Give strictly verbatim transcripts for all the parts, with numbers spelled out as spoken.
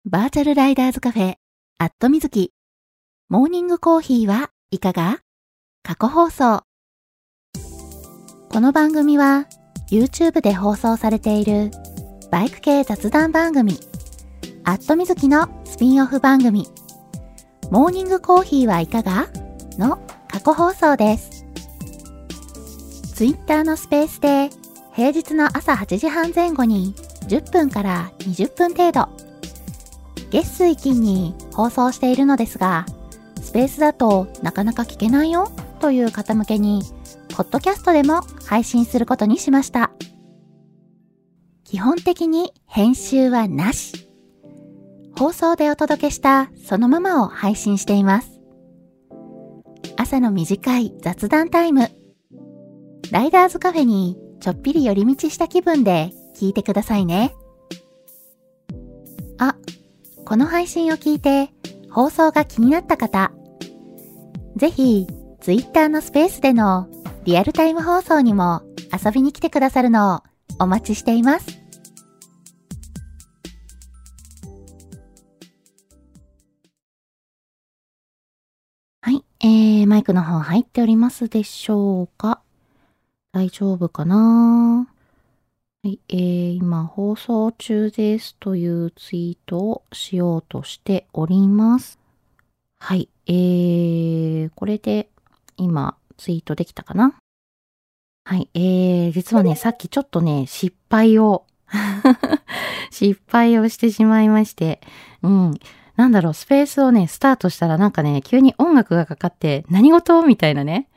バーチャルライダーズカフェ、アットみずき。モーニングコーヒーはいかが？過去放送。この番組は YouTube で放送されているバイク系雑談番組、アットみずきのスピンオフ番組、モーニングコーヒーはいかが？の過去放送です。Twitter のスペースで平日の朝はちじはん前後にじゅっぷんからにじゅっぷん程度、月水金に放送しているのですが、スペースだとなかなか聞けないよという方向けに、ポッドキャストでも配信することにしました。基本的に編集はなし。放送でお届けしたそのままを配信しています。朝の短い雑談タイム。ライダーズカフェにちょっぴり寄り道した気分で聞いてくださいね。あ、この配信を聞いて放送が気になった方、ぜひ Twitter のスペースでのリアルタイム放送にも遊びに来てくださるのをお待ちしています。はい、えー、マイクの方入っておりますでしょうか？大丈夫かな？はい、えー、今放送中ですというツイートをしようとしております。はい、えー、これで今ツイートできたかな？はい、えー、実はね、さっきちょっとね、失敗を、失敗をしてしまいまして、うん、なんだろう、スペースをね、スタートしたらなんかね、急に音楽がかかって、何事？みたいなね。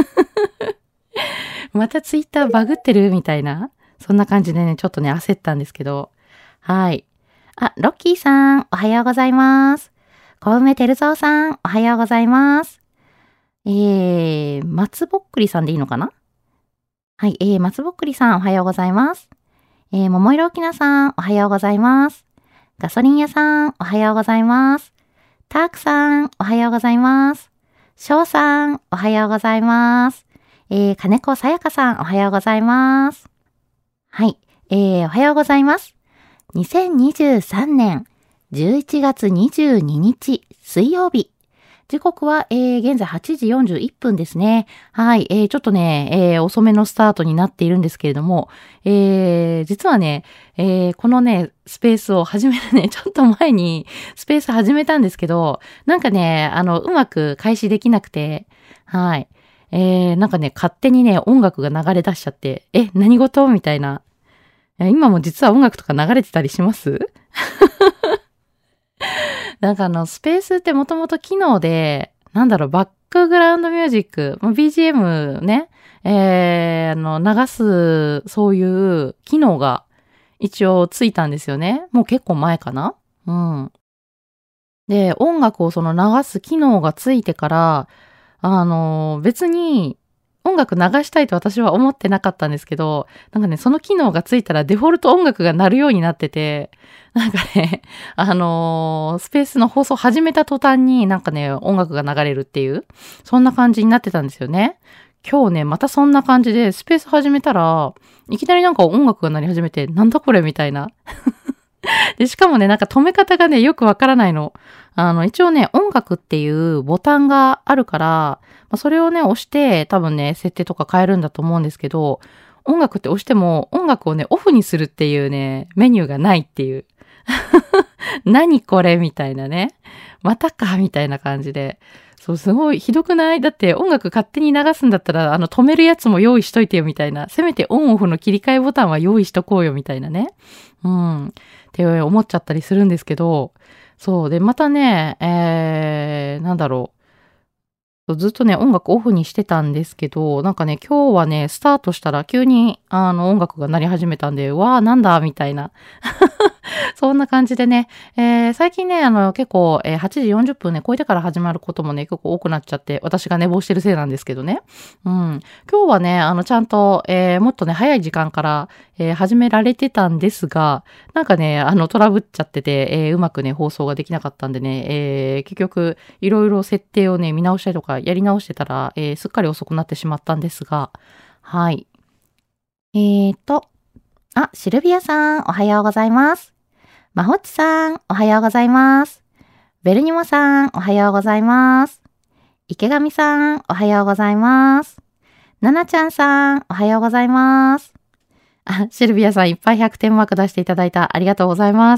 またツイッターバグってるみたいな。そんな感じでね、ちょっとね、焦ったんですけど。はい。あ、ロッキーさん、おはようございます。小梅照蔵さん、おはようございます。えー、松ぼっくりさんでいいのかな？はい、えー、松ぼっくりさん、おはようございます。えー、桃色おきなさん、おはようございます。ガソリン屋さん、おはようございます。タークさん、おはようございます。ショウさん、おはようございます。えー、金子さやかさん、おはようございます。はい、えー、おはようございます。にせんにじゅうさんねんじゅういちがつにじゅうににち水曜日。時刻は、えー、現在はちじよんじゅういっぷんですね。はい、えー、ちょっとね、えー、遅めのスタートになっているんですけれども、えー、実はね、えー、このね、スペースを始めるね、ちょっと前にスペース始めたんですけど、なんかね、あの、うまく開始できなくて、はい。えー、なんかね、勝手にね、音楽が流れ出しちゃって、え、何事？みたいな。今も実は音楽とか流れてたりします？なんかあの、スペースってもともと機能で、なんだろう、バックグラウンドミュージック、ビージーエム ね、えー、あの、流す、そういう機能が一応ついたんですよね。もう結構前かな？うん。で、音楽をその流す機能がついてから、あの、別に音楽流したいと私は思ってなかったんですけど、なんかね、その機能がついたらデフォルト音楽が鳴るようになってて、なんかね、あのー、スペースの放送始めた途端になんかね、音楽が流れるっていう、そんな感じになってたんですよね。今日ね、またそんな感じでスペース始めたら、いきなりなんか音楽が鳴り始めて、なんだこれみたいな。で、しかもね、なんか止め方がね、よくわからないの。あの、一応ね、音楽っていうボタンがあるから、まあ、それをね、押して、多分ね、設定とか変えるんだと思うんですけど、音楽って押しても、音楽をね、オフにするっていうね、メニューがないっていう。何これみたいなね。またかみたいな感じで。そう、すごいひどくない？だって音楽勝手に流すんだったら、あの、止めるやつも用意しといてよみたいな。せめてオンオフの切り替えボタンは用意しとこうよみたいなね。うん。って思っちゃったりするんですけど、そう。で、またね、えー、なんだろう。ずっとね、音楽オフにしてたんですけど、なんかね、今日はね、スタートしたら急に、あの、音楽が鳴り始めたんで、わー、なんだみたいな。そんな感じでね、えー、最近ね、あの、結構、えー、はちじよんじゅっぷんね、超えてから始まることもね、結構多くなっちゃって、私が寝坊してるせいなんですけどね。うん。今日はね、あの、ちゃんと、えー、もっとね、早い時間から、えー、始められてたんですが、なんかね、あの、トラブっちゃってて、えー、うまくね、放送ができなかったんでね、えー、結局、いろいろ設定をね、見直したりとか、やり直してたら、えー、すっかり遅くなってしまったんですが、はい。えーと、あ、シルビアさん、おはようございます。 まほっちさん、おはようございます。ベルニモさん、おはようございます。池上さん、おはようございます。ななちゃんさん、おはようございます。あ、シルビアさん、いっぱいひゃくてんマーク出していただいた。ありがとうございます。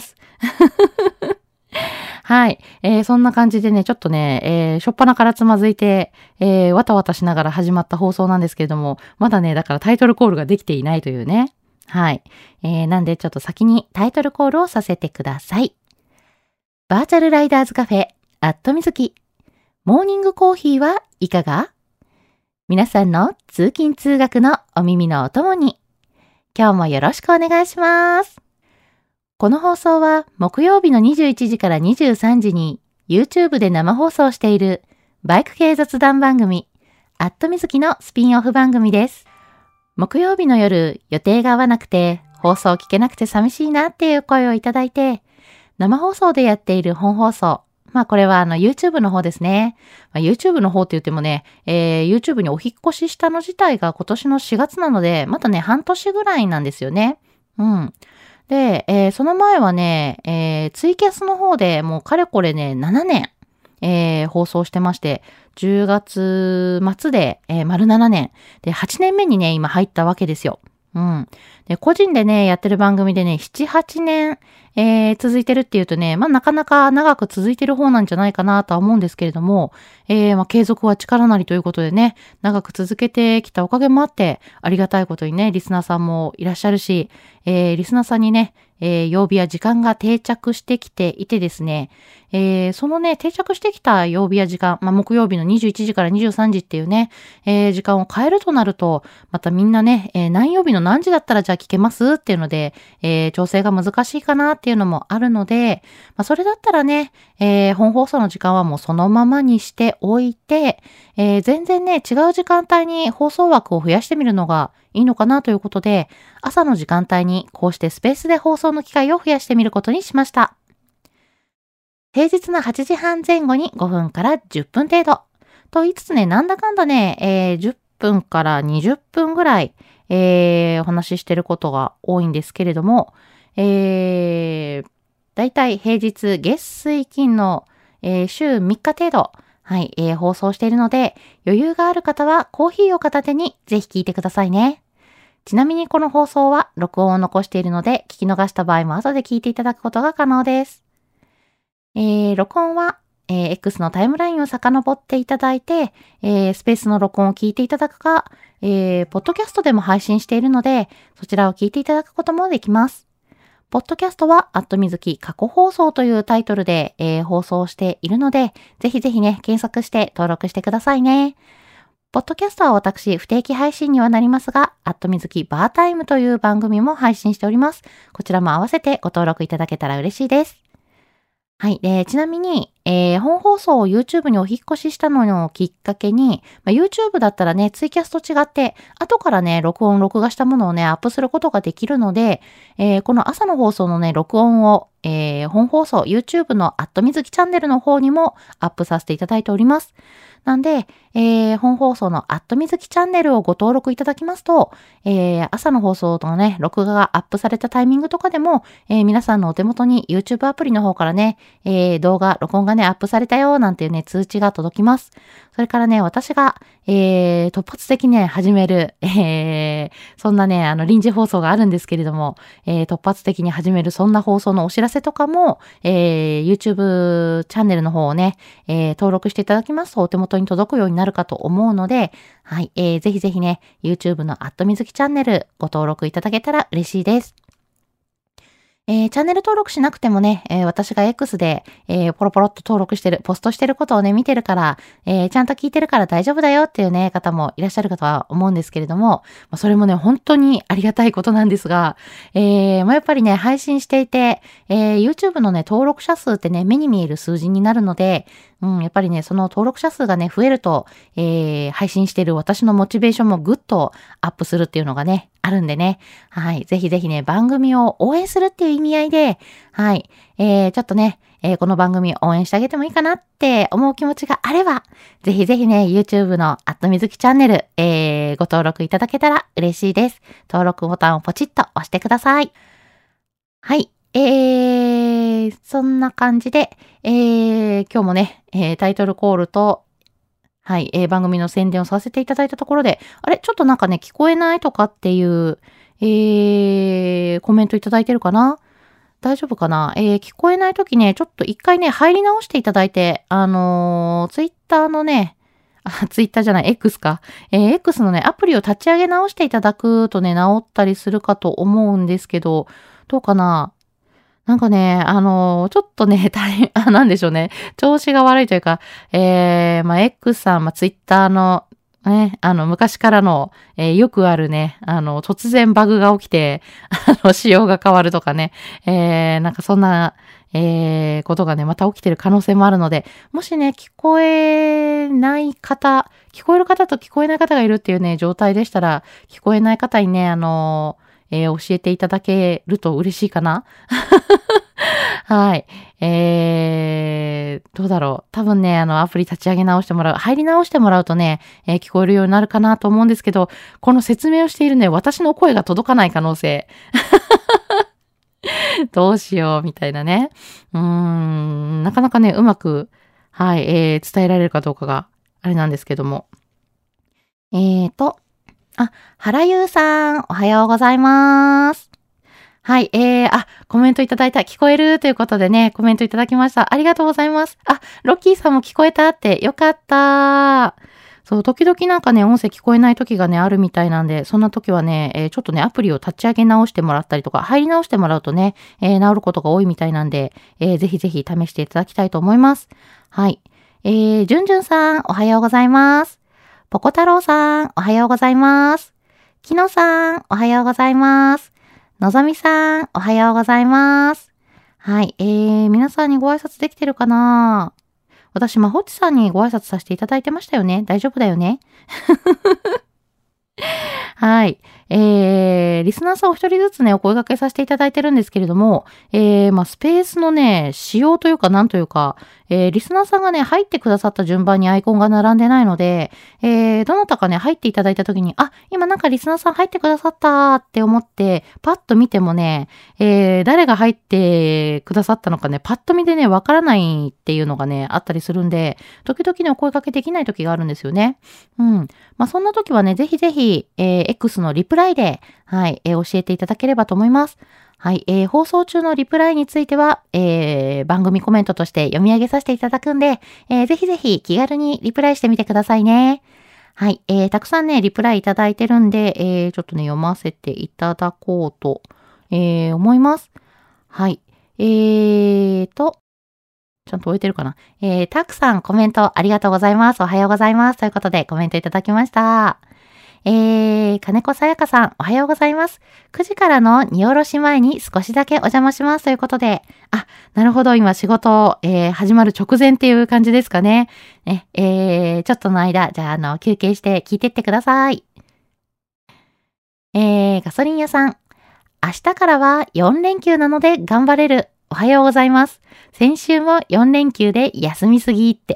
はい。えー、そんな感じでね、ちょっとね、えー、しょっぱなからつまずいて、えー、わたわたしながら始まった放送なんですけれども、まだね、だからタイトルコールができていないというね。はい。えー、なんでちょっと先にタイトルコールをさせてください。バーチャルライダーズカフェ、アットみずき。モーニングコーヒーはいかが？皆さんの通勤通学のお耳のお供に、今日もよろしくお願いします。この放送は木曜日のにじゅういちじからにじゅうさんじに YouTube で生放送しているバイク系雑談番組、アットみずきのスピンオフ番組です。木曜日の夜、予定が合わなくて、放送聞けなくて寂しいなっていう声をいただいて、生放送でやっている本放送、まあこれはあの YouTube の方ですね。まあ、YouTube の方って言ってもね、えー、YouTube にお引っ越ししたの自体が今年のしがつなので、またね、半年ぐらいなんですよね。うん。で、えー、その前はね、えー、ツイキャスの方でもうかれこれね、ななねん、えー、放送してまして、じゅうがつ末で、えー、丸ななねん。で、はちねんめにね、今入ったわけですよ。うん。で、個人でね、やってる番組でね、なな、はちねん、えー、続いてるっていうとね、まあ、なかなか長く続いてる方なんじゃないかなとは思うんですけれども、えー、まあ、継続は力なりということでね、長く続けてきたおかげもあって、ありがたいことにね、リスナーさんもいらっしゃるし、えー、リスナーさんにね、えー、曜日や時間が定着してきていてですね、えー、そのね、定着してきた曜日や時間、まあ、木曜日のにじゅういちじからにじゅうさんじっていうね、えー、時間を変えるとなると、またみんなね、えー、何曜日の何時だったらじゃあ聞けますっていうので、えー、調整が難しいかなっていうのもあるので、まあ、それだったらね、えー、本放送の時間はもうそのままにしておいて、えー、全然ね、違う時間帯に放送枠を増やしてみるのがいいのかなということで、朝の時間帯にこうしてスペースで放送の機会を増やしてみることにしました。平日のはちじはんぜん後にごふんからじゅっぷん程度。と言いつつね、なんだかんだね、えー、じゅっぷんからにじゅっぷんぐらい、えー、お話ししてることが多いんですけれども、えー、だいたい平日月水金の、えー、週みっか程度、はい、えー、放送しているので、余裕がある方はコーヒーを片手にぜひ聞いてくださいね。ちなみにこの放送は録音を残しているので、聞き逃した場合も後で聞いていただくことが可能です。えー、録音は、えー、X のタイムラインを遡っていただいて、えー、スペースの録音を聞いていただくか、えー、ポッドキャストでも配信しているので、そちらを聞いていただくこともできます。ポッドキャストは、アットみずき過去放送というタイトルで、えー、放送しているので、ぜひぜひね、検索して登録してくださいね。ポッドキャストは私、不定期配信にはなりますが、アットみずきバータイムという番組も配信しております。こちらも合わせてご登録いただけたら嬉しいです。はい。で、ちなみに、えー、本放送を YouTube にお引っ越ししたのをきっかけに、まあ、YouTube だったらね、ツイキャスと違って、後からね、録音、録画したものをね、アップすることができるので、えー、この朝の放送のね、録音を、えー、本放送、YouTube のアットみずきチャンネルの方にもアップさせていただいております。なんで、えー、本放送のアットみずきチャンネルをご登録いただきますと、えー、朝の放送のね、録画がアップされたタイミングとかでも、えー、皆さんのお手元に YouTube アプリの方からね、えー、動画、録音がね、アップされたよ、なんていうね、通知が届きます。それからね、私が、えー、突発的にね、始める、えー、そんなね、あの、臨時放送があるんですけれども、えー、突発的に始める、そんな放送のお知らせとかも、えー、YouTube チャンネルの方をね、えー、登録していただきますと、お手元に届くようになるかと思うので、はい、えー、ぜひぜひね、YouTube のアットみずきチャンネルご登録いただけたら嬉しいです。えー、チャンネル登録しなくてもね、えー、私が X で、えー、ポロポロっと登録してる、ポストしてることをね、見てるから、えー、ちゃんと聞いてるから大丈夫だよっていうね、方もいらっしゃるかとは思うんですけれども、まあ、それもね、本当にありがたいことなんですが、えー、まあ、やっぱりね、配信していて、えー、YouTube のね、登録者数ってね、目に見える数字になるので、うん、やっぱりね、その登録者数がね、増えると、えー、配信している私のモチベーションもぐっとアップするっていうのがね、あるんでね。はい。ぜひぜひね、番組を応援するっていう意味合いで、はい。えー、ちょっとね、えー、この番組応援してあげてもいいかなって思う気持ちがあれば、ぜひぜひね、YouTube のアットみずきチャンネル、えー、ご登録いただけたら嬉しいです。登録ボタンをポチッと押してください。はい。 えー、そんな感じで、えー、今日もね、えー、タイトルコールと、はい、えー、番組の宣伝をさせていただいたところで、あれちょっとなんかね、聞こえないとかっていう、えー、コメントいただいてるかな？大丈夫かな？えー、聞こえないときね、ちょっと一回ね、入り直していただいて、あのー、ツイッターのね、あ、ツイッターじゃない、X か。えー、X のね、アプリを立ち上げ直していただくとね、治ったりするかと思うんですけど、どうかな？なんかね、あのーちょっとね、大変、あ、なんでしょうね。調子が悪いというか、えー、まあ、X さん、まあ、ツイッターの、ね、あの、昔からの、えーよくあるね、あの、突然バグが起きて、あの、仕様が変わるとかね、えー、なんかそんな、えー、ことがね、また起きてる可能性もあるので、もしね、聞こえない方、聞こえる方と聞こえない方がいるっていうね、状態でしたら、聞こえない方にね、あのーえー教えていただけると嬉しいかな。はい。えー、どうだろう。多分ね、あの、アプリ立ち上げ直してもらう。入り直してもらうとね、えー聞こえるようになるかなと思うんですけど、この説明をしているね、私の声が届かない可能性。どうしよう、みたいなね。うーん、なかなかね、うまく、はい、えー伝えられるかどうかが、あれなんですけども。えーと、あ、原優さん、おはようございます。はい、えー、あ、コメントいただいた。聞こえるということでね、コメントいただきました。ありがとうございます。あ、ロッキーさんも聞こえたって、よかった。そう、時々なんかね、音声聞こえない時がね、あるみたいなんで、そんな時はね、えーちょっとね、アプリを立ち上げ直してもらったりとか、入り直してもらうとね、えー治ることが多いみたいなんで、えーぜひぜひ試していただきたいと思います。はい。えー、じゅんじゅんさん、おはようございます。ぽこ太郎さん、おはようございます。きのさん、おはようございます。のぞみさん、おはようございます。はい、えー、皆さんにご挨拶できてるかな？私、まほっちさんにご挨拶させていただいてましたよね。大丈夫だよね？はい。えー、リスナーさんお一人ずつね、お声掛けさせていただいてるんですけれども、えー、まあ、スペースのね、仕様というか、なんというか、えー、リスナーさんがね、入ってくださった順番にアイコンが並んでないので、えー、どなたかね、入っていただいたときに、あ、今なんかリスナーさん入ってくださったって思って、パッと見てもね、えー、誰が入ってくださったのかね、パッと見でね、わからないっていうのがね、あったりするんで、時々ね、お声掛けできない時があるんですよね。うん。まあ、そんな時はね、ぜひぜひ、えー、X のリプライで、はい、えー教えていただければと思います。はい、えー放送中のリプライについては、えー番組コメントとして読み上げさせていただくんで、えーぜひぜひ気軽にリプライしてみてくださいね。はい、えーたくさんね、リプライいただいてるんで、えーちょっとね、読ませていただこうと、えー思います。はい。えーと、ちゃんと終えてるかな？えー、たくさんコメントありがとうございます。おはようございます。ということでコメントいただきました。えー、金子さやかさん、おはようございます。くじからの荷下ろし前に少しだけお邪魔します。ということで、あ、なるほど、今仕事、えー、始まる直前っていう感じですかね。ね、えー、ちょっとの間、じゃあ、あの、休憩して聞いてってください。えー、ガソリン屋さん、明日からはよん連休なので頑張れる。おはようございます。先週もよん連休で休みすぎって。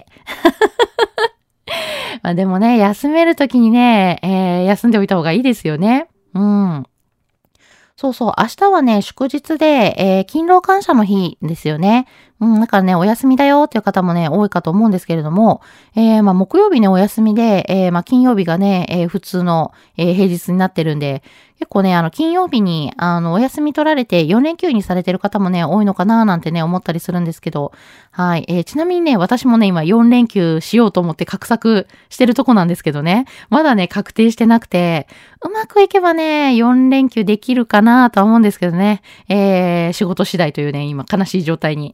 まあでもね、休めるときにね、えー休んでおいた方がいいですよね。うん。そうそう、明日はね、祝日で、えー勤労感謝の日ですよね。うん、だからね、お休みだよっていう方もね、多いかと思うんですけれども、えーまあ、木曜日ね、お休みで、えーまあ、金曜日がね、えー普通の、えー平日になってるんで、結構ね、あの、金曜日に、あの、お休み取られてよん連休にされてる方もね、多いのかななんてね、思ったりするんですけど、はい。えーちなみにね、私もね、今よん連休しようと思って画策してるとこなんですけどね、まだね、確定してなくて、うまくいけばね、よん連休できるかなとは思うんですけどね、えー仕事次第というね、今悲しい状態に。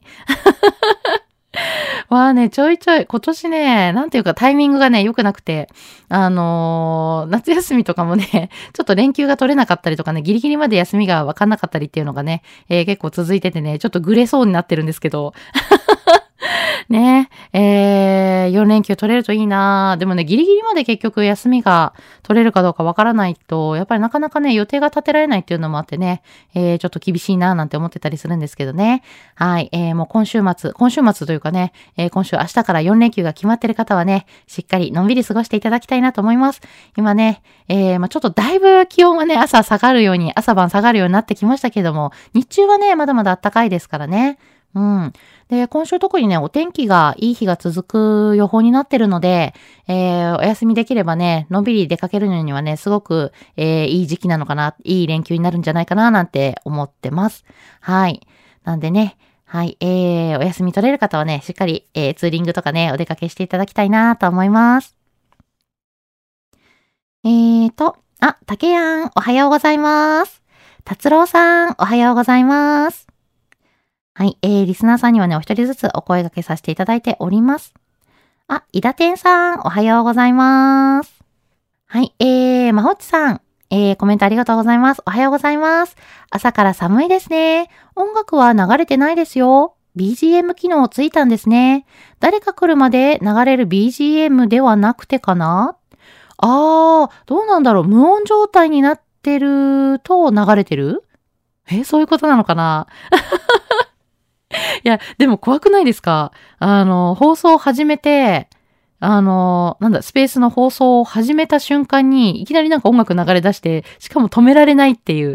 まあね、ちょいちょい、今年ね、なんていうかタイミングがね、良くなくて、あのー夏休みとかもね、ちょっと連休が取れなかったりとかね、ギリギリまで休みがわかんなかったりっていうのがね、えー結構続いててね、ちょっとグレそうになってるんですけど、 ねえ、えー、よん連休取れるといいな。でもね、ギリギリまで結局休みが取れるかどうかわからないと、やっぱりなかなかね、予定が立てられないっていうのもあってね、えー、ちょっと厳しいななんて思ってたりするんですけどね。はい、えー、もう今週末、今週末というかね、えー、今週明日からよん連休が決まってる方はね、しっかりのんびり過ごしていただきたいなと思います。今ね、えー、まあちょっとだいぶ気温はね、朝下がるように、朝晩下がるようになってきましたけども、日中はね、まだまだ暖かいですからね。うん。で、今週特にね、お天気がいい日が続く予報になってるので、えー、お休みできればね、のんびり出かけるのにはね、すごく、えー、いい時期なのかな、いい連休になるんじゃないかな、なんて思ってます。はい。なんでね、はい、えー、お休み取れる方はね、しっかり、えー、ツーリングとかね、お出かけしていただきたいなと思います。えーと、あ、竹やん、おはようございます。達郎さん、おはようございます。はい、えー、リスナーさんにはね、お一人ずつお声掛けさせていただいております。あ、伊田天さん、おはようございます。はい、えー、まほっちさん、えー、コメントありがとうございます。おはようございます。朝から寒いですね。音楽は流れてないですよ。ビージーエム 機能ついたんですね。誰か来るまで流れる ビージーエム ではなくてかな？あー、どうなんだろう。無音状態になってると流れてる？え、そういうことなのかな？いや、でも怖くないですか？あの、放送を始めて、あの、なんだ、スペースの放送を始めた瞬間に、いきなりなんか音楽流れ出して、しかも止められないっていう。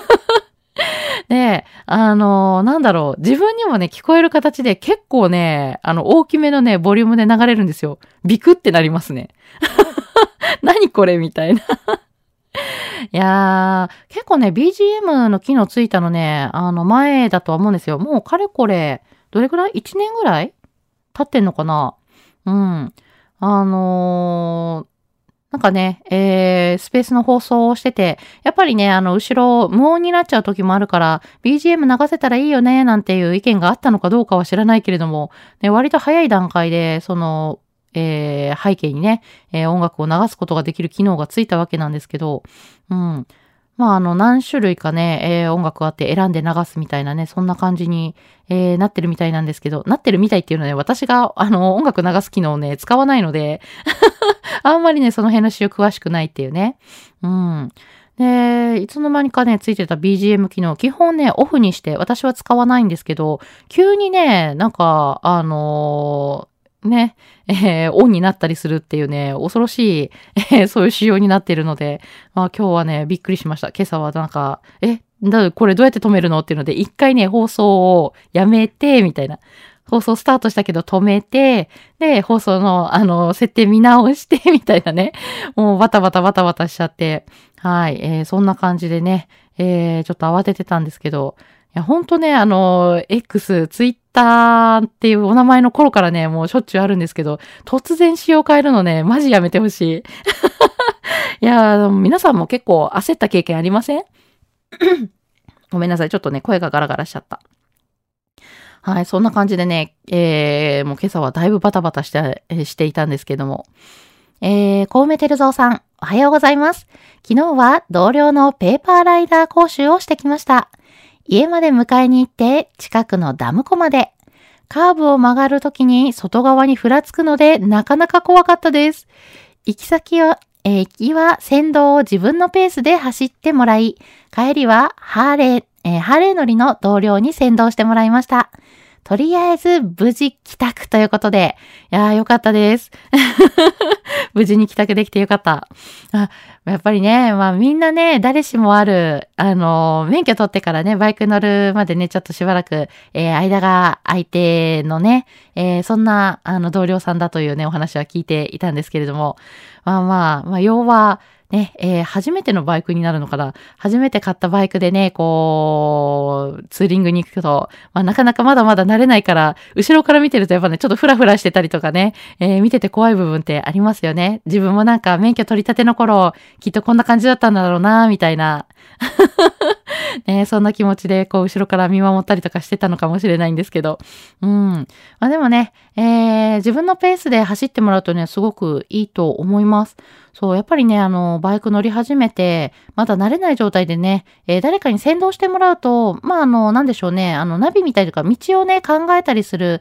で、あの、なんだろう、自分にもね、聞こえる形で結構ね、あの、大きめのね、ボリュームで流れるんですよ。ビクってなりますね。何これみたいな。いやー、結構ね、ビージーエム の機能ついたのね、あの、前だとは思うんですよ。もうかれこれ、どれくらい ?いち 年ぐらい経ってんのかな？うん。あのーなんかね、えー、スペースの放送をしてて、やっぱりね、あの、後ろ、無音になっちゃう時もあるから、ビージーエム 流せたらいいよね、なんていう意見があったのかどうかは知らないけれども、ね、割と早い段階で、その、えー、背景にね、えー、音楽を流すことができる機能がついたわけなんですけど、うん。まあ、あの、何種類かね、えー、音楽あって選んで流すみたいなね、そんな感じに、えー、なってるみたいなんですけど、なってるみたいっていうのはね、私が、あの、音楽流す機能をね、使わないので、あんまりね、その辺の仕様詳しくないっていうね。うん。で、いつの間にかね、ついてた ビージーエム 機能、基本ね、オフにして、私は使わないんですけど、急にね、なんか、あのーね、えー、オンになったりするっていうね、恐ろしい、えーそういう仕様になっているので、まあ今日はね、びっくりしました。今朝はなんか、え、だ、これどうやって止めるのっていうので、一回ね、放送をやめて、みたいな。放送スタートしたけど止めて、で、放送の、あの、設定見直して、みたいなね。もうバタバタバタバタしちゃって、はい、えー、そんな感じでね、えー、ちょっと慌ててたんですけど、いや、ほんとね、あの、X、ツイッターっていうお名前の頃からね、もうしょっちゅうあるんですけど、突然仕様変えるのね、マジやめてほしい。いや、皆さんも結構焦った経験ありません？ごめんなさい、ちょっとね、声がガラガラしちゃった。はい、そんな感じでね、えー、もう今朝はだいぶバタバタして、えーしていたんですけども。えー、小梅照蔵さん、おはようございます。昨日は同僚のペーパーライダー講習をしてきました。家まで迎えに行って、近くのダム湖まで。カーブを曲がるときに外側にふらつくので、なかなか怖かったです。行き先は、えー行きは先導を自分のペースで走ってもらい、帰りはハーレー、えーハーレー乗りの同僚に先導してもらいました。とりあえず無事帰宅ということで、いやーよかったです。無事に帰宅できてよかった。あ、やっぱりね、まあみんなね、誰しもある、あの、免許取ってからね、バイク乗るまでね、ちょっとしばらく、えー間が空いてのね、えーそんな、あの、同僚さんだというね、お話は聞いていたんですけれども、まあまあ、まあ、要は、ね、えー初めてのバイクになるのかな。初めて買ったバイクでね、こう、ツーリングに行くと、まあ、なかなかまだまだ慣れないから、後ろから見てるとやっぱね、ちょっとフラフラしてたりとかね、えー見てて怖い部分ってありますよね。自分もなんか免許取り立ての頃、きっとこんな感じだったんだろうな、みたいな。ね、そんな気持ちで、こう、後ろから見守ったりとかしてたのかもしれないんですけど。うん。まあでもね、えー自分のペースで走ってもらうとね、すごくいいと思います。そう、やっぱりね、あの、バイク乗り始めて、まだ慣れない状態でね、えー誰かに先導してもらうと、まあ、あの、なんでしょうね、あの、ナビみたいとか、道をね、考えたりする、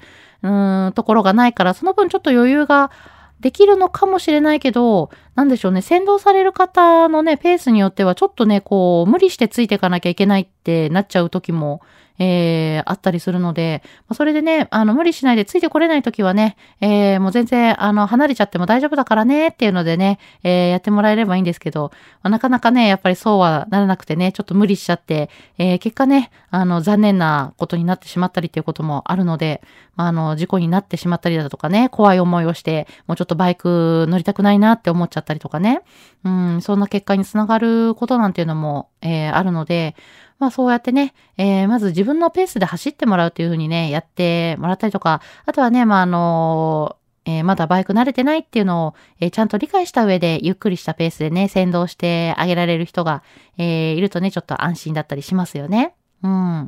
うーん、ところがないから、その分ちょっと余裕ができるのかもしれないけど、なんでしょうね、先導される方のね、ペースによってはちょっとね、こう、無理してついていかなきゃいけないってなっちゃう時も、えー、あったりするので、それでね、あの、無理しないでついてこれない時はね、えー、もう全然、あの、離れちゃっても大丈夫だからねっていうのでね、えー、やってもらえればいいんですけど、まあなかなかね、やっぱりそうはならなくてね、ちょっと無理しちゃって、えー、結果ね、あの、残念なことになってしまったりっていうこともあるので、まあ、あの、事故になってしまったりだとかね、怖い思いをして、もうちょっとバイク乗りたくないなって思っちゃったりとかね、うん、そんな結果につながることなんていうのも、えー、あるので、まあそうやってね、えー、まず自分のペースで走ってもらうというふうにね、やってもらったりとか、あとはね、まああのえーまだバイク慣れてないっていうのを、えーちゃんと理解した上で、ゆっくりしたペースでね、先導してあげられる人が、えーいるとね、ちょっと安心だったりしますよね。うん。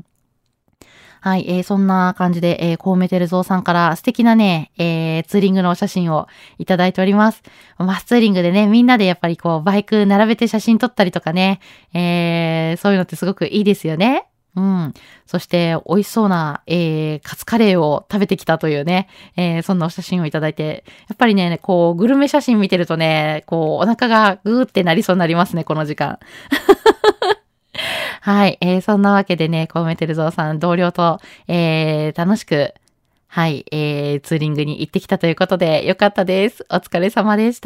はい、えーそんな感じで、えーコウメテルゾウさんから素敵なね、えーツーリングのお写真をいただいております。マスツーリングでね、みんなでやっぱりこう、バイク並べて写真撮ったりとかね、えーそういうのってすごくいいですよね。うん。そして、美味しそうな、えー、カツカレーを食べてきたというね、えー、そんなお写真をいただいて、やっぱりね、こう、グルメ写真見てるとね、こう、お腹がグーってなりそうになりますね、この時間。はい、えー、そんなわけでね、コウメテルゾウさん同僚と、えー、楽しく、はい、えー、ツーリングに行ってきたということで、よかったです。お疲れ様でした。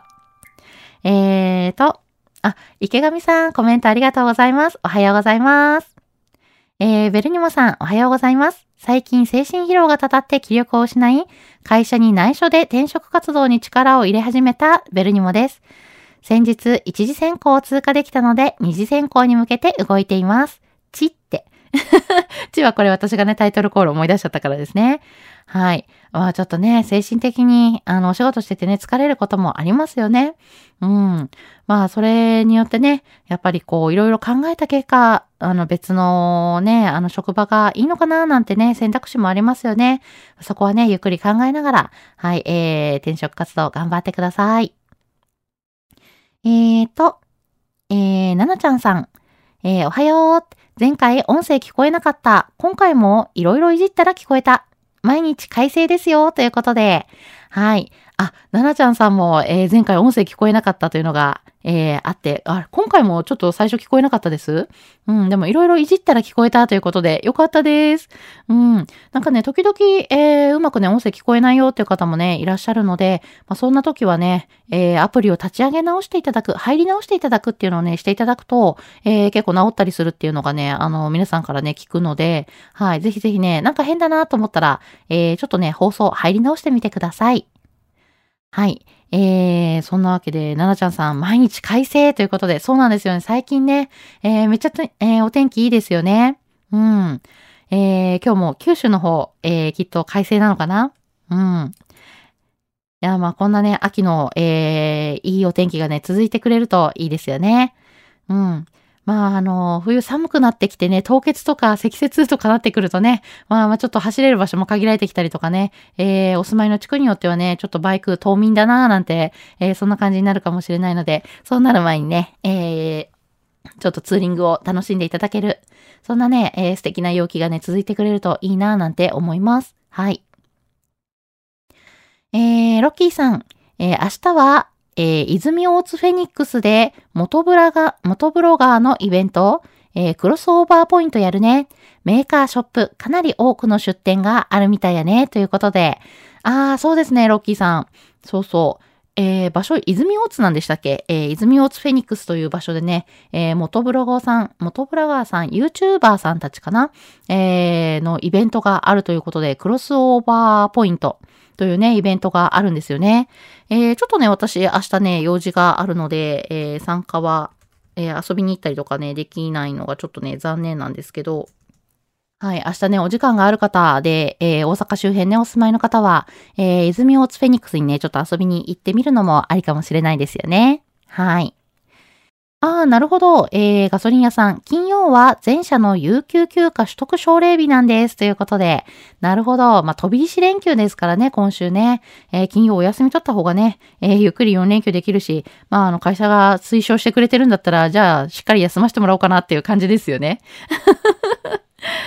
えーと、あ、池上さん、コメントありがとうございます。おはようございます。えー、ベルニモさん、おはようございます。最近精神疲労がたたって気力を失い、会社に内緒で転職活動に力を入れ始めたベルニモです。先日、一次選考を通過できたので、二次選考に向けて動いています。チって。チはこれ私がね、タイトルコール思い出しちゃったからですね。はい。まあちょっとね、精神的に、あの、お仕事しててね、疲れることもありますよね。うん。まあ、それによってね、やっぱりこう、いろいろ考えた結果、あの、別のね、あの、職場がいいのかななんてね、選択肢もありますよね。そこはね、ゆっくり考えながら、はい、えー、転職活動頑張ってください。えーと、えー、ななちゃんさん、えー、おはよう。前回音声聞こえなかった。今回もいろいろいじったら聞こえた。毎日快晴ですよ。ということで。はい。あ、ななちゃんさんも、えー前回音声聞こえなかったというのが、えーあって、あ、今回もちょっと最初聞こえなかったです。うん、でもいろいろいじったら聞こえたということで、よかったです。うん。なんかね、時々、えーうまくね、音声聞こえないよっていう方もね、いらっしゃるので、まあ、そんな時はね、えーアプリを立ち上げ直していただく、入り直していただくっていうのをね、していただくと、えー結構治ったりするっていうのがね、あの、皆さんからね、聞くので、はい、ぜひぜひね、なんか変だなと思ったら、えーちょっとね、放送入り直してみてください。はい。えー、そんなわけで、ななちゃんさん、毎日快晴ということで、そうなんですよね。最近ね、えー、めっちゃて、えーお天気いいですよね。うん。えー、今日も九州の方、えー、きっと快晴なのかな。うん。いや、まあ、こんなね、秋の、えー、いいお天気がね、続いてくれるといいですよね。うん。まあ、あの、冬寒くなってきてね、凍結とか積雪とかなってくるとね、まあ、まあ、ちょっと走れる場所も限られてきたりとかね、えー、お住まいの地区によってはね、ちょっとバイク冬眠だなーなんて、えー、そんな感じになるかもしれないので、そうなる前にね、えー、ちょっとツーリングを楽しんでいただける、そんなね、えー、素敵な陽気がね、続いてくれるといいなーなんて思います。はい。えー、ロッキーさん、えー、明日は、えー、泉大津フェニックスで元ブラガ、元ブロガーのイベント、えー、クロスオーバーポイントやるね。メーカーショップ、かなり多くの出店があるみたいやね。ということで。あー、そうですね、ロッキーさん。そうそう。えー、場所、泉大津なんでしたっけ？えー、泉大津フェニックスという場所でね、えー、元ブロガーさん、元ブロガーさん、YouTuber さんたちかな？えー、のイベントがあるということで、クロスオーバーポイント。というね、イベントがあるんですよね。えー、ちょっとね、私、明日ね、用事があるので、えー、参加は、えー遊びに行ったりとかね、できないのがちょっとね、残念なんですけど、はい、明日ね、お時間がある方で、えー大阪周辺ね、お住まいの方は、えー泉大津フェニックスにね、ちょっと遊びに行ってみるのもありかもしれないですよね。はい。ああ、なるほど。えー、ガソリン屋さん。金曜は全社の有給休暇取得奨励日なんです。ということで。なるほど。まあ、飛び石連休ですからね、今週ね。えー、金曜お休み取った方がね、えー、ゆっくりよん連休できるし、まあ、あの、会社が推奨してくれてるんだったら、じゃあ、しっかり休ませてもらおうかなっていう感じですよね。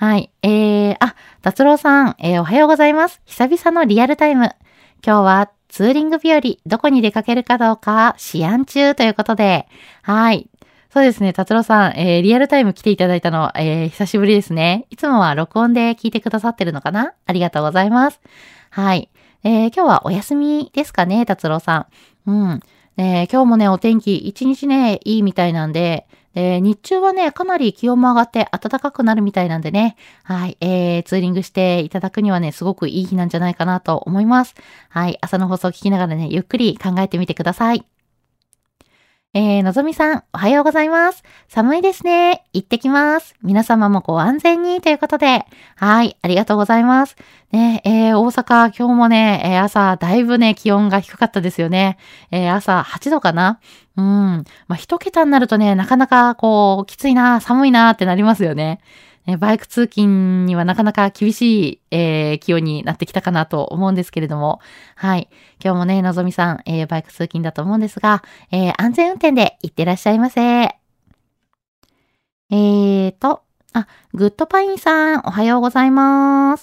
はい。えー、あ、達郎さん、えー、おはようございます。久々のリアルタイム。今日はツーリング日和、どこに出かけるかどうか、思案中ということで、はい。そうですね、達郎さん、えー、リアルタイム来ていただいたの、えー、久しぶりですね。いつもは録音で聞いてくださってるのかな？ありがとうございます。はい。えー、今日はお休みですかね、達郎さん。うん。えー、今日もね、お天気、一日ね、いいみたいなんで、で、日中はね、かなり気温も上がって暖かくなるみたいなんでね、はい、えー、ツーリングしていただくにはね、すごくいい日なんじゃないかなと思います。はい、朝の放送を聞きながらね、ゆっくり考えてみてください。えー、のぞみさん、おはようございます。寒いですね。行ってきます。皆様もご安全にということで。はい、ありがとうございます。ね、えー、大阪、今日もね、えー、朝、だいぶね、気温が低かったですよね。えー、朝はちどかな。うん。まあ、一桁になるとね、なかなか、こう、きついな、寒いなってなりますよね。ね、バイク通勤にはなかなか厳しい、えー、気温になってきたかなと思うんですけれども。はい。今日もね、のぞみさん、えー、バイク通勤だと思うんですが、えー、安全運転で行ってらっしゃいませ。えーと、あ、グッドパインさん、おはようございます。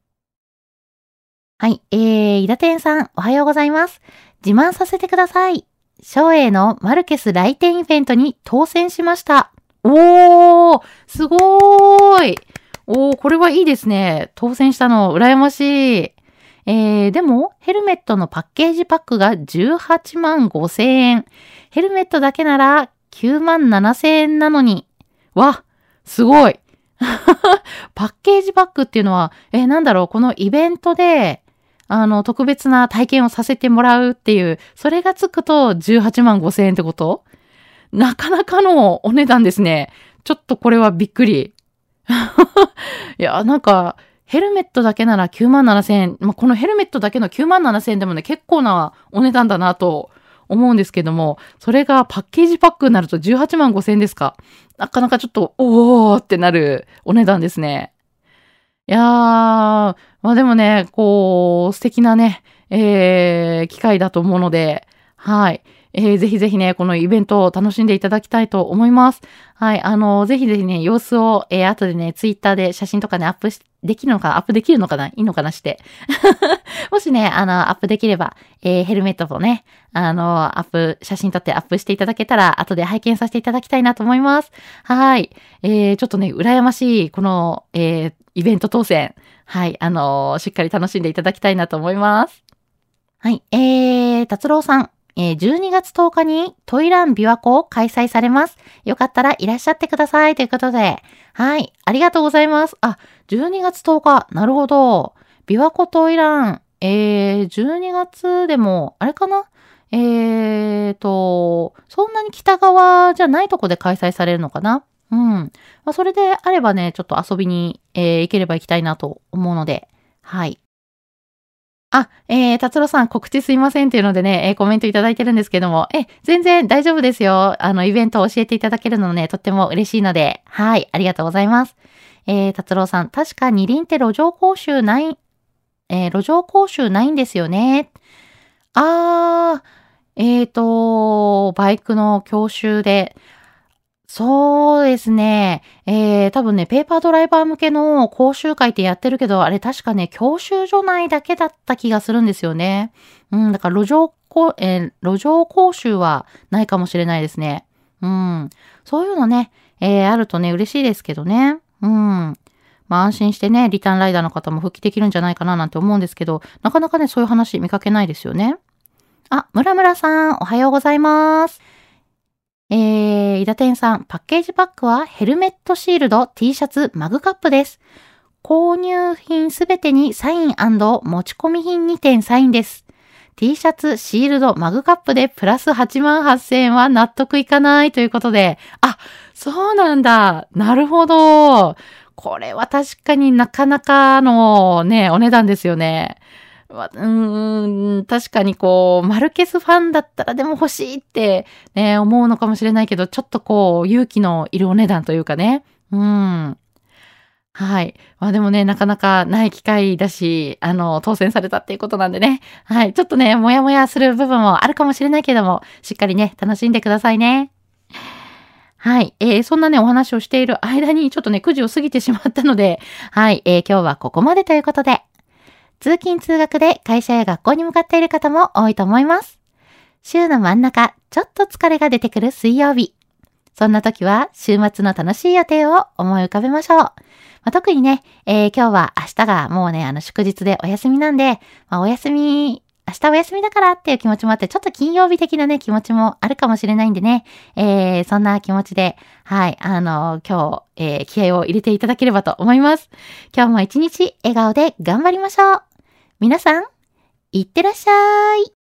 はい。えー、イダテンさん、おはようございます。自慢させてください。松栄のマルケス来店イベントに当選しました。おー、すごーい。おー、これはいいですね。当選したの、羨ましい。えー、でも、ヘルメットのパッケージパックがじゅうはちまんごせんえん。ヘルメットだけならきゅうまんななせんえんなのに。わ、すごい。パッケージパックっていうのは、えー、なんだろう、このイベントで、あの、特別な体験をさせてもらうっていう、それがつくとじゅうはちまんごせんえんってこと？なかなかのお値段ですね。ちょっとこれはびっくり。いや、なんか、ヘルメットだけならきゅうまんななせんえん。まあ、このヘルメットだけのきゅうまんななせんえんでもね、結構なお値段だなと思うんですけども、それがパッケージパックになるとじゅうはちまんごせんえんですか。なかなかちょっと、おーってなるお値段ですね。いやー、まあでもね、こう、素敵なね、えー、機会だと思うので、はい。えー、ぜひぜひね、このイベントを楽しんでいただきたいと思います。はい。あの、ぜひぜひね、様子を、えー、後でね、ツイッターで写真とかね、アップし、できるのかな、アップできるのかないいのかなして。もしね、あの、アップできれば、えー、ヘルメットとね、あの、アップ、写真撮ってアップしていただけたら、後で拝見させていただきたいなと思います。はい。えー、ちょっとね、羨ましい、この、えー、イベント当選。はい。あのー、しっかり楽しんでいただきたいなと思います。はい。えー、達郎さん。えー、じゅうにがつとおかにトイラン琵琶湖を開催されます。よかったらいらっしゃってください。ということで。はい。ありがとうございます。あ、じゅうにがつとおか。なるほど。琵琶湖トイラン。えー、じゅうにがつでも、あれかなえーと、そんなに北側じゃないとこで開催されるのかな？うん。まあ、それであればね、ちょっと遊びに、えー行ければ行きたいなと思うので、はい。あ、えー、達郎さん告知すいませんっていうのでね、えーコメントいただいてるんですけども、え、全然大丈夫ですよ。あの、イベントを教えていただけるのね、とっても嬉しいので、はい、ありがとうございます。えー、達郎さん、確か二輪って路上講習ない、えー路上講習ないんですよね。あー、えーと、バイクの教習で、そうですね。えー、多分ね、ペーパードライバー向けの講習会ってやってるけど、あれ確かね、教習所内だけだった気がするんですよね。うん、だから路上こ、えー路上講習はないかもしれないですね。うん。そういうのね、えーあるとね、嬉しいですけどね。うん。まあ安心してね、リターンライダーの方も復帰できるんじゃないかななんて思うんですけど、なかなかね、そういう話見かけないですよね。あ、ムラムラさん、おはようございます。えー、伊田店さん、パッケージパックはヘルメットシールド、T シャツ、マグカップです。購入品すべてにサイン&持ち込み品にてんサインです。T シャツ、シールド、マグカップでプラスはちまんはっせんえんは納得いかないということで、あ、そうなんだ。なるほど。これは確かになかなかのね、お値段ですよね。わうーん、確かにこう、マルケスファンだったらでも欲しいってね、思うのかもしれないけど、ちょっとこう、勇気のいるお値段というかね。うん。はい。まあでもね、なかなかない機会だし、あの、当選されたっていうことなんでね。はい。ちょっとね、もやもやする部分もあるかもしれないけども、しっかりね、楽しんでくださいね。 はい。えー、そんなね、お話をしている間に、ちょっとね、くじを過ぎてしまったので、はい。えー、今日はここまでということで、通勤通学で会社や学校に向かっている方も多いと思います。週の真ん中、ちょっと疲れが出てくる水曜日。そんな時は、週末の楽しい予定を思い浮かべましょう。まあ、特にね、えー、今日は明日がもうね、あの祝日でお休みなんで、まあ、お休み、明日お休みだからっていう気持ちもあって、ちょっと金曜日的なね、気持ちもあるかもしれないんでね、えー、そんな気持ちで、はい、あの、今日、えー、気合を入れていただければと思います。今日も一日笑顔で頑張りましょう。皆さん、いってらっしゃい。